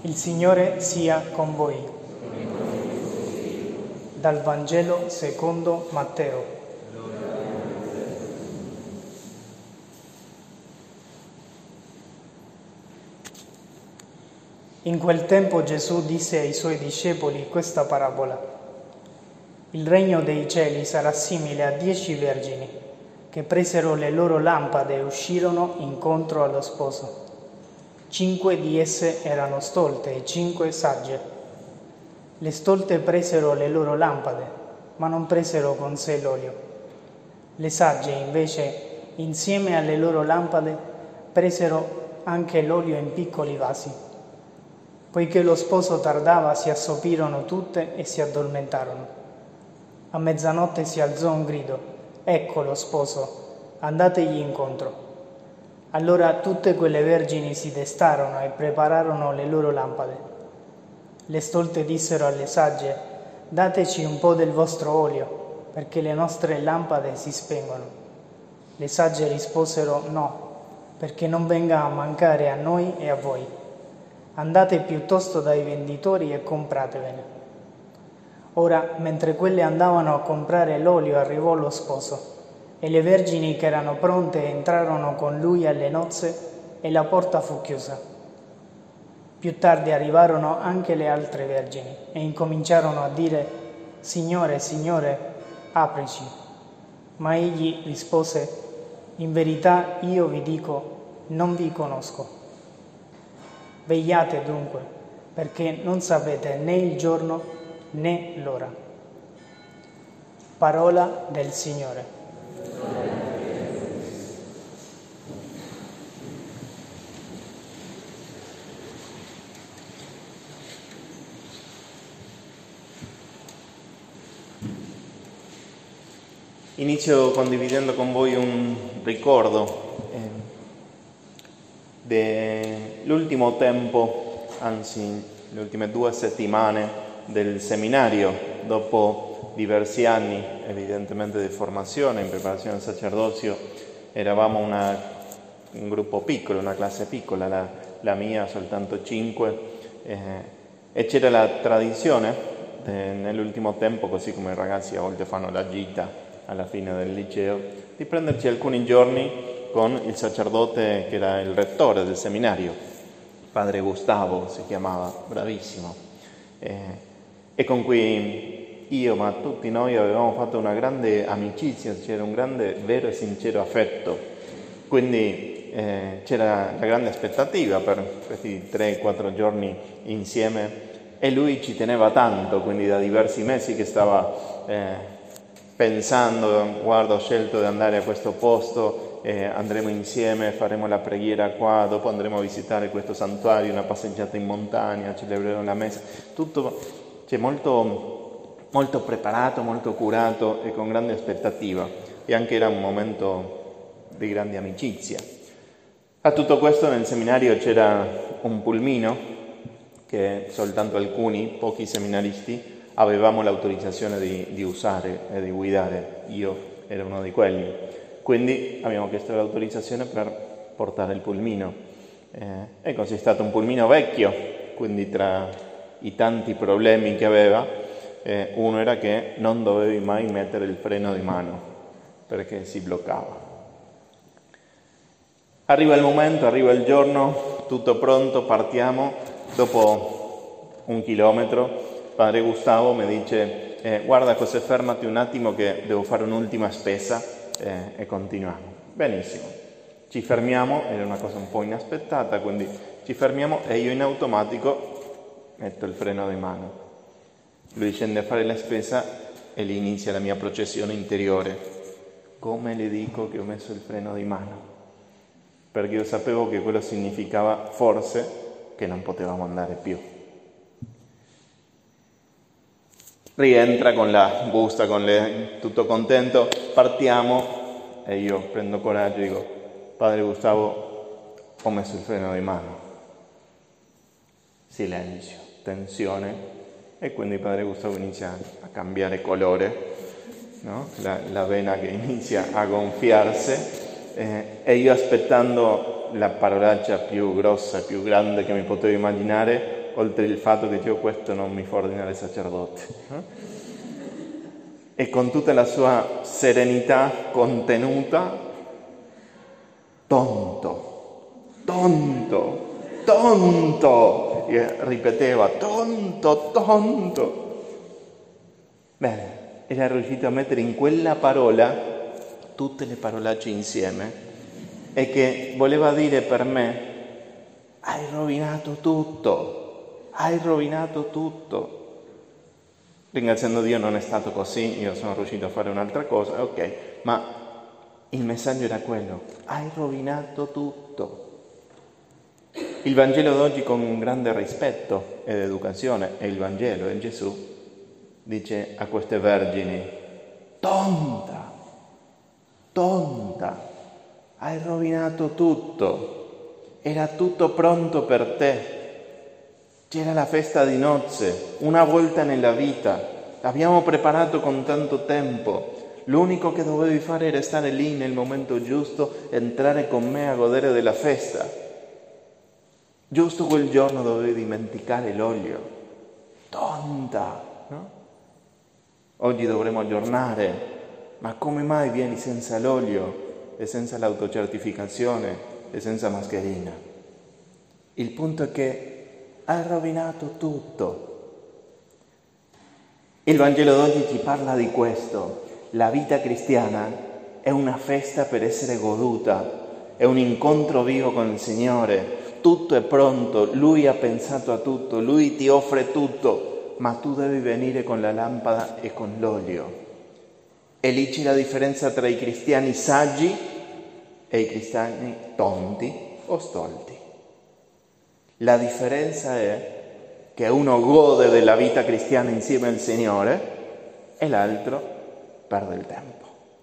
Il Signore sia con voi. Dal Vangelo secondo Matteo. In quel tempo Gesù disse ai suoi discepoli questa parabola. Il regno dei cieli sarà simile a 10 vergini che presero le loro lampade e uscirono incontro allo sposo. 5 di esse erano stolte e 5 sagge. Le stolte presero le loro lampade, ma non presero con sé l'olio. Le sagge, invece, insieme alle loro lampade, presero anche l'olio in piccoli vasi. Poiché lo sposo tardava, si assopirono tutte e si addormentarono. A mezzanotte si alzò un grido: «Ecco lo sposo, andategli incontro». Allora tutte quelle vergini si destarono e prepararono le loro lampade. Le stolte dissero alle sagge: «Dateci un po' del vostro olio, perché le nostre lampade si spengono». Le sagge risposero: «No, perché non venga a mancare a noi e a voi. Andate piuttosto dai venditori e compratevene». Ora, mentre quelle andavano a comprare l'olio, arrivò lo sposo. E le vergini che erano pronte entrarono con lui alle nozze e la porta fu chiusa. Più tardi arrivarono anche le altre vergini e incominciarono a dire: «Signore, Signore, aprici». Ma egli rispose: «In verità io vi dico, non vi conosco. Vegliate dunque, perché non sapete né il giorno né l'ora». Parola del Signore. Inizio condividendo con voi un ricordo dell'ultimo tempo, anzi le ultime 2 settimane del seminario, dopo diversi anni evidentemente di formazione in preparazione al sacerdozio. Eravamo un gruppo piccolo, una classe piccola, la mia soltanto 5, e c'era la tradizione nell'ultimo tempo, così come i ragazzi a volte fanno la gita alla fine del liceo, di prenderci alcuni giorni con il sacerdote che era il rettore del seminario, padre Gustavo si chiamava, bravissimo, e con cui io, ma tutti noi, avevamo fatto una grande amicizia, c'era un grande, vero e sincero affetto. Quindi c'era la grande aspettativa per questi 3-4 giorni insieme, e lui ci teneva tanto, quindi da diversi mesi che stava pensando: guarda, ho scelto di andare a questo posto, andremo insieme, faremo la preghiera qua, dopo andremo a visitare questo santuario, una passeggiata in montagna, celebreremo la messa, tutto molto preparato, molto curato e con grande aspettativa, e anche era un momento di grande amicizia. A tutto questo nel seminario c'era un pulmino che soltanto pochi seminaristi, avevamo l'autorizzazione di usare e di guidare. Io ero uno di quelli, quindi abbiamo chiesto l'autorizzazione per portare il pulmino, e così è stato un pulmino vecchio, quindi tra i tanti problemi che aveva, uno era che non dovevi mai mettere il freno di mano perché si bloccava. Arriva il momento, arriva il giorno, tutto pronto, partiamo. Dopo 1 chilometro padre Gustavo mi dice: guarda José, fermati un attimo che devo fare un'ultima spesa, e continuiamo. Benissimo, ci fermiamo, era una cosa un po' inaspettata, quindi ci fermiamo e io in automatico metto il freno di mano. Lui scende a fare la spesa e lì inizia la mia processione interiore. Come le dico che ho messo il freno di mano? Perché io sapevo che quello significava forse che non potevamo andare più. Rientra con la busta, tutto contento, partiamo, e io prendo coraggio e dico: padre Gustavo, ho messo il freno di mano. Silenzio, tensione, e quindi padre Gustavo inizia a cambiare colore, no? La vena che inizia a gonfiarsi, e io, aspettando la parolaccia più grossa e più grande che mi potevo immaginare, oltre il fatto che Dio questo non mi fa ordinare sacerdote. E con tutta la sua serenità contenuta, tonto, e ripeteva, tonto. Bene, era riuscito a mettere in quella parola tutte le parolacce insieme e che voleva dire per me: hai rovinato tutto. Ringraziando Dio non è stato così, io sono riuscito a fare un'altra cosa, ok, ma il messaggio era quello: hai rovinato tutto. Il Vangelo d'oggi, con grande rispetto ed educazione, è il Vangelo, è Gesù, dice a queste vergini: tonta, hai rovinato tutto, era tutto pronto per te, c'era la festa di nozze, una volta nella vita, l'abbiamo preparato con tanto tempo, l'unico che dovevi fare era stare lì nel momento giusto, entrare con me a godere della festa. Giusto quel giorno dovevi dimenticare l'olio. Tonta, no? Oggi dovremo aggiornare, ma come mai vieni senza l'olio e senza l'autocertificazione e senza mascherina? Il punto è che hai rovinato tutto. Il Vangelo d'oggi ci parla di questo. La vita cristiana è una festa per essere goduta, è un incontro vivo con il Signore. Tutto è pronto, Lui ha pensato a tutto, Lui ti offre tutto, ma tu devi venire con la lampada e con l'olio. E lì c'è la differenza tra i cristiani saggi e i cristiani tonti o stolti. La differenza è che uno gode della vita cristiana insieme al Signore e l'altro perde il tempo.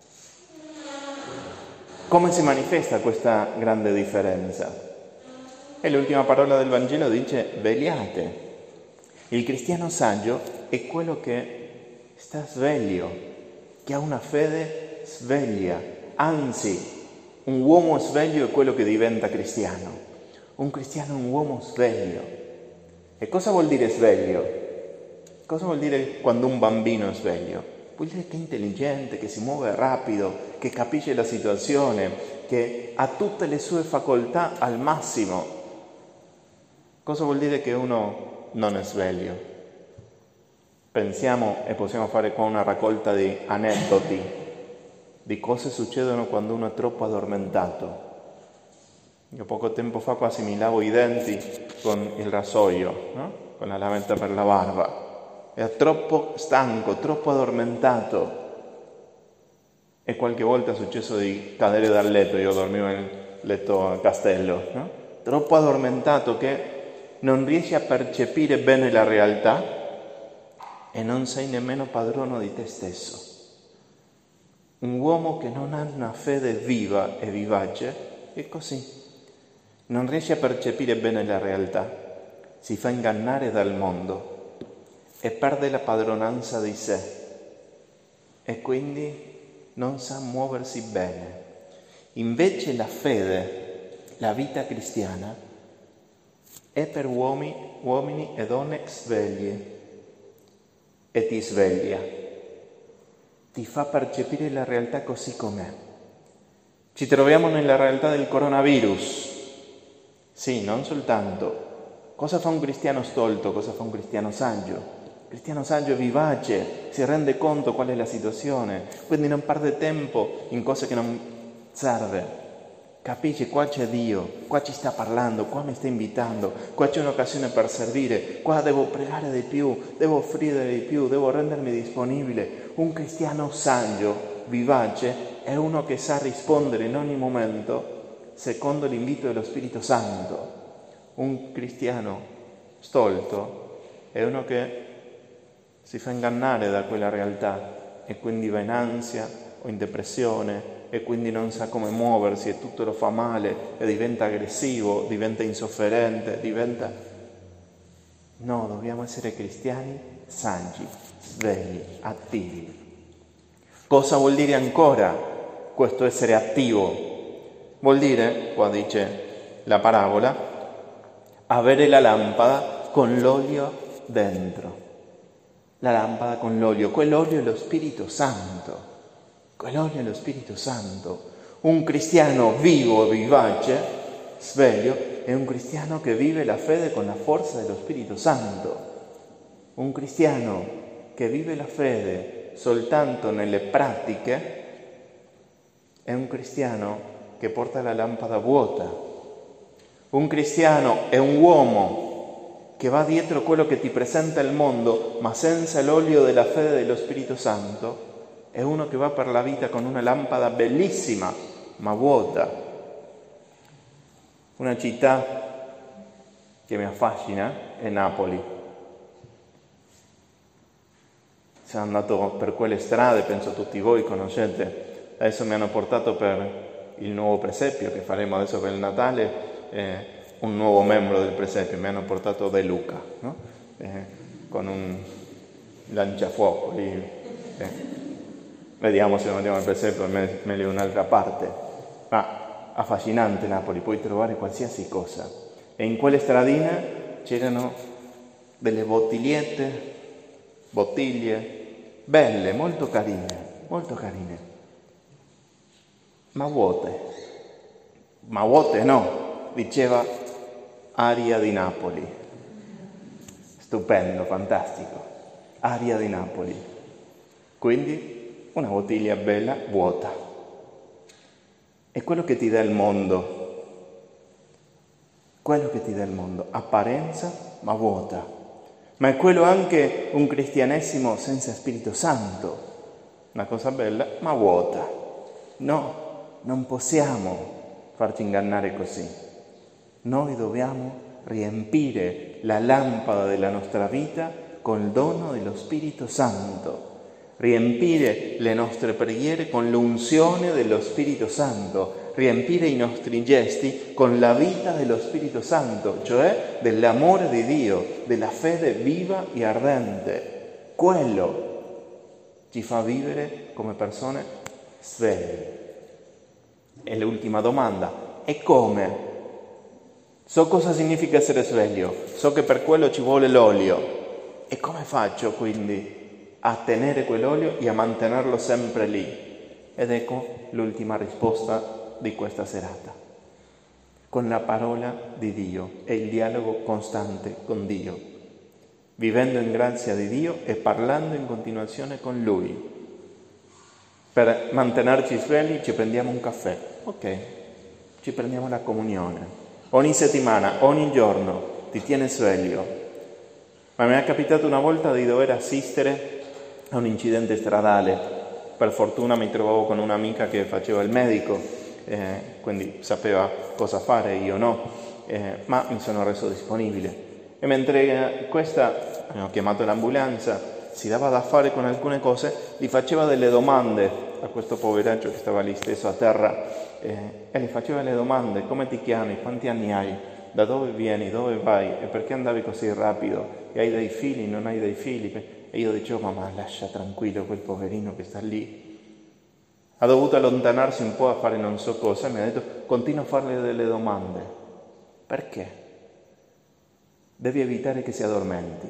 Come si manifesta questa grande differenza? E l'ultima parola del Vangelo dice: vegliate. Il cristiano saggio è quello che sta sveglio, che ha una fede sveglia. Anzi, un uomo sveglio è quello che diventa cristiano. Un cristiano è un uomo sveglio. E cosa vuol dire sveglio? Cosa vuol dire quando un bambino è sveglio? Vuol dire che è intelligente, che si muove rapido, che capisce la situazione, che ha tutte le sue facoltà al massimo. Cosa vuol dire che uno non è sveglio? Pensiamo, e possiamo fare qua una raccolta di aneddoti, di cose succedono quando uno è troppo addormentato. Io poco tempo fa quasi mi lavo i denti con il rasoio, no? Con la lametta per la barba. Era troppo stanco, troppo addormentato. E qualche volta è successo di cadere dal letto, io dormivo nel letto a castello, no? Troppo addormentato che non riesci a percepire bene la realtà e non sei nemmeno padrone di te stesso. Un uomo che non ha una fede viva e vivace è così. Non riesce a percepire bene la realtà, si fa ingannare dal mondo e perde la padronanza di sé e quindi non sa muoversi bene. Invece la fede, la vita cristiana, è per uomini e donne svegli e ti sveglia, ti fa percepire la realtà così com'è. Ci troviamo nella realtà del coronavirus. Sì, non soltanto. Cosa fa un cristiano stolto? Cosa fa un cristiano saggio? Il cristiano saggio è vivace, si rende conto qual è la situazione, quindi non perde tempo in cose che non serve. Capisce, qua c'è Dio, qua ci sta parlando, qua mi sta invitando, qua c'è un'occasione per servire, qua devo pregare di più, devo offrire di più, devo rendermi disponibile. Un cristiano saggio, vivace, è uno che sa rispondere in ogni momento secondo l'invito dello Spirito Santo. Un cristiano stolto è uno che si fa ingannare da quella realtà e quindi va in ansia o in depressione e quindi non sa come muoversi e tutto lo fa male e diventa aggressivo, diventa insofferente, No, dobbiamo essere cristiani saggi, svegli, attivi. Cosa vuol dire ancora questo essere attivo? Vuol dire, qua dice la parabola, avere la lampada con l'olio dentro. La lampada con l'olio, quell'olio è lo Spirito Santo. Quell'olio è lo Spirito Santo. Un cristiano vivo, vivace, sveglio, è un cristiano che vive la fede con la forza dello Spirito Santo. Un cristiano che vive la fede soltanto nelle pratiche è un cristiano che porta la lampada vuota. Un cristiano è un uomo che va dietro quello che ti presenta il mondo, ma senza l'olio della fede dello Spirito Santo, è uno che va per la vita con una lampada bellissima, ma vuota. Una città che mi affascina è Napoli. Sono andato per quelle strade, penso tutti voi conoscete. Adesso mi hanno portato per il nuovo presepio che faremo adesso per il Natale, un nuovo membro del presepio, mi hanno portato De Luca, no? Con un lanciafuoco lì. Vediamo se non andiamo al presepio, meglio un'altra parte. Ma affascinante Napoli, puoi trovare qualsiasi cosa. E in quelle stradine c'erano delle bottiglie belle, molto carine, ma vuote no, diceva aria di Napoli, stupendo, fantastico, aria di Napoli, quindi una bottiglia bella, vuota, è quello che ti dà il mondo, apparenza ma vuota. Ma è quello anche un cristianesimo senza Spirito Santo, una cosa bella ma vuota. No, non possiamo farci ingannare così. Noi dobbiamo riempire la lampada della nostra vita col dono dello Spirito Santo, riempire le nostre preghiere con l'unzione dello Spirito Santo, riempire i nostri gesti con la vita dello Spirito Santo, cioè dell'amore di Dio, della fede viva e ardente. Quello ci fa vivere come persone sveglie. E l'ultima domanda, e come? So cosa significa essere sveglio, so che per quello ci vuole l'olio. E come faccio quindi a tenere quell'olio e a mantenerlo sempre lì? Ed ecco l'ultima risposta di questa serata. Con la parola di Dio e il dialogo costante con Dio, vivendo in grazia di Dio e parlando in continuazione con Lui. Per mantenerci svegli ci prendiamo un caffè, ok, ci prendiamo la comunione. Ogni settimana, ogni giorno ti tiene sveglio. Ma mi è capitato una volta di dover assistere a un incidente stradale. Per fortuna mi trovavo con un'amica che faceva il medico, quindi sapeva cosa fare, io no, ma mi sono reso disponibile. E mentre questa, ho chiamato l'ambulanza, si dava da fare con alcune cose, gli faceva delle domande a questo poveraccio che stava lì steso a terra, e gli faceva le domande: come ti chiami, quanti anni hai, da dove vieni, dove vai e perché andavi così rapido, e hai dei figli, non hai dei figli? E io dicevo: mamma, lascia tranquillo quel poverino che sta lì. Ha dovuto allontanarsi un po' a fare non so cosa, e mi ha detto: continua a farle delle domande. Perché? Devi evitare che si addormenti.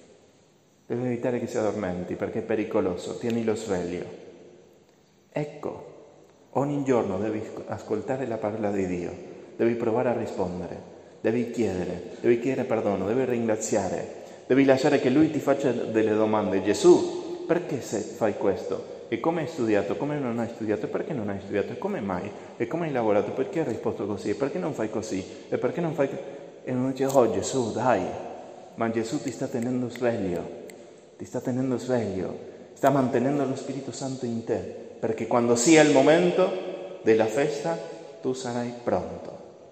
Perché è pericoloso, tienilo sveglio. Ecco, ogni giorno devi ascoltare la parola di Dio, devi provare a rispondere, devi chiedere perdono, devi ringraziare, devi lasciare che Lui ti faccia delle domande. Gesù, perché fai questo? E come hai studiato? Come non hai studiato? E perché non hai studiato? E come mai? E come hai lavorato? Perché hai risposto così? E perché non fai così? E perché non fai... E uno dice: oh Gesù, dai, ma Gesù ti sta tenendo sveglio, sta mantenendo lo Spirito Santo in te, perché quando sia il momento della festa tu sarai pronto.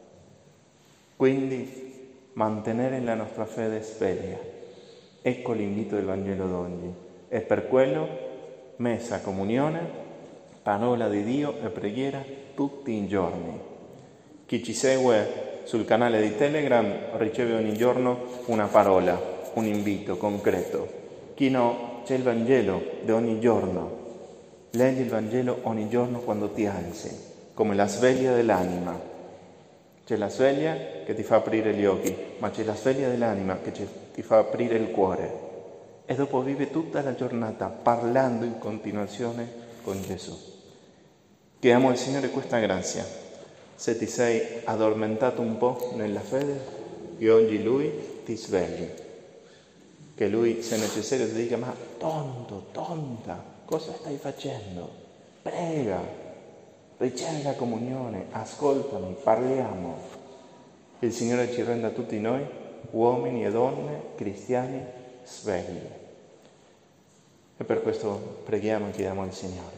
Quindi mantenere la nostra fede sveglia, ecco l'invito del Vangelo d'oggi, e per quello messa, comunione, parola di Dio e preghiera tutti i giorni. Chi ci segue sul canale di Telegram riceve ogni giorno una parola, un invito concreto. Chi no, c'è il Vangelo di ogni giorno. Leggi il Vangelo ogni giorno quando ti alzi, come la sveglia dell'anima. C'è la sveglia che ti fa aprire gli occhi, ma c'è la sveglia dell'anima che ti fa aprire il cuore. E dopo vive tutta la giornata parlando in continuazione con Gesù. Chiediamo al Signore questa grazia. Se ti sei addormentato un po' nella fede, che oggi Lui ti svegli. Che Lui, se necessario, ti dica: ma tonto, tonta, cosa stai facendo? Prega, ricevi la comunione, ascoltami, parliamo. Il Signore ci renda tutti noi, uomini e donne, cristiani, svegli. E per questo preghiamo e chiediamo al Signore.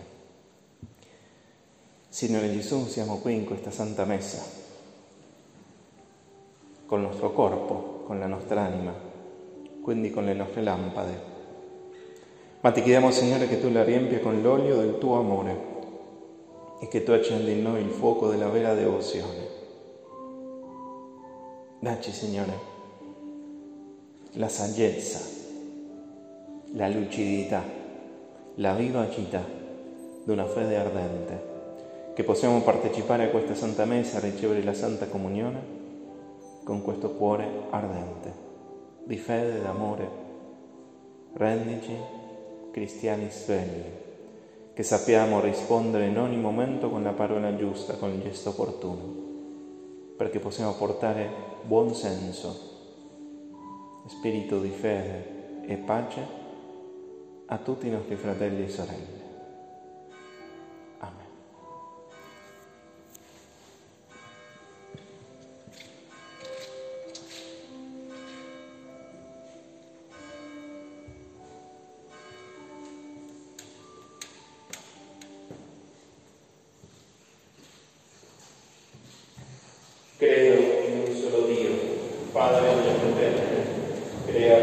Signore Gesù, siamo qui in questa Santa Messa, col nostro corpo, con la nostra anima, quindi con le nostre lampade. Ma ti chiediamo, Signore, che tu la riempia con l'olio del tuo amore e che tu accendi in noi il fuoco della vera devozione. Dacci, Signore, la saggezza, la lucidità, la vivacità di una fede ardente, che possiamo partecipare a questa Santa Messa, a ricevere la Santa Comunione con questo cuore ardente, di fede e d'amore. Rendici cristiani svegli, che sappiamo rispondere in ogni momento con la parola giusta, con il gesto opportuno, perché possiamo portare buon senso, spirito di fede e pace a tutti i nostri fratelli e sorelle. Amen. Credo in un solo Dio, Padre onnipotente, creatore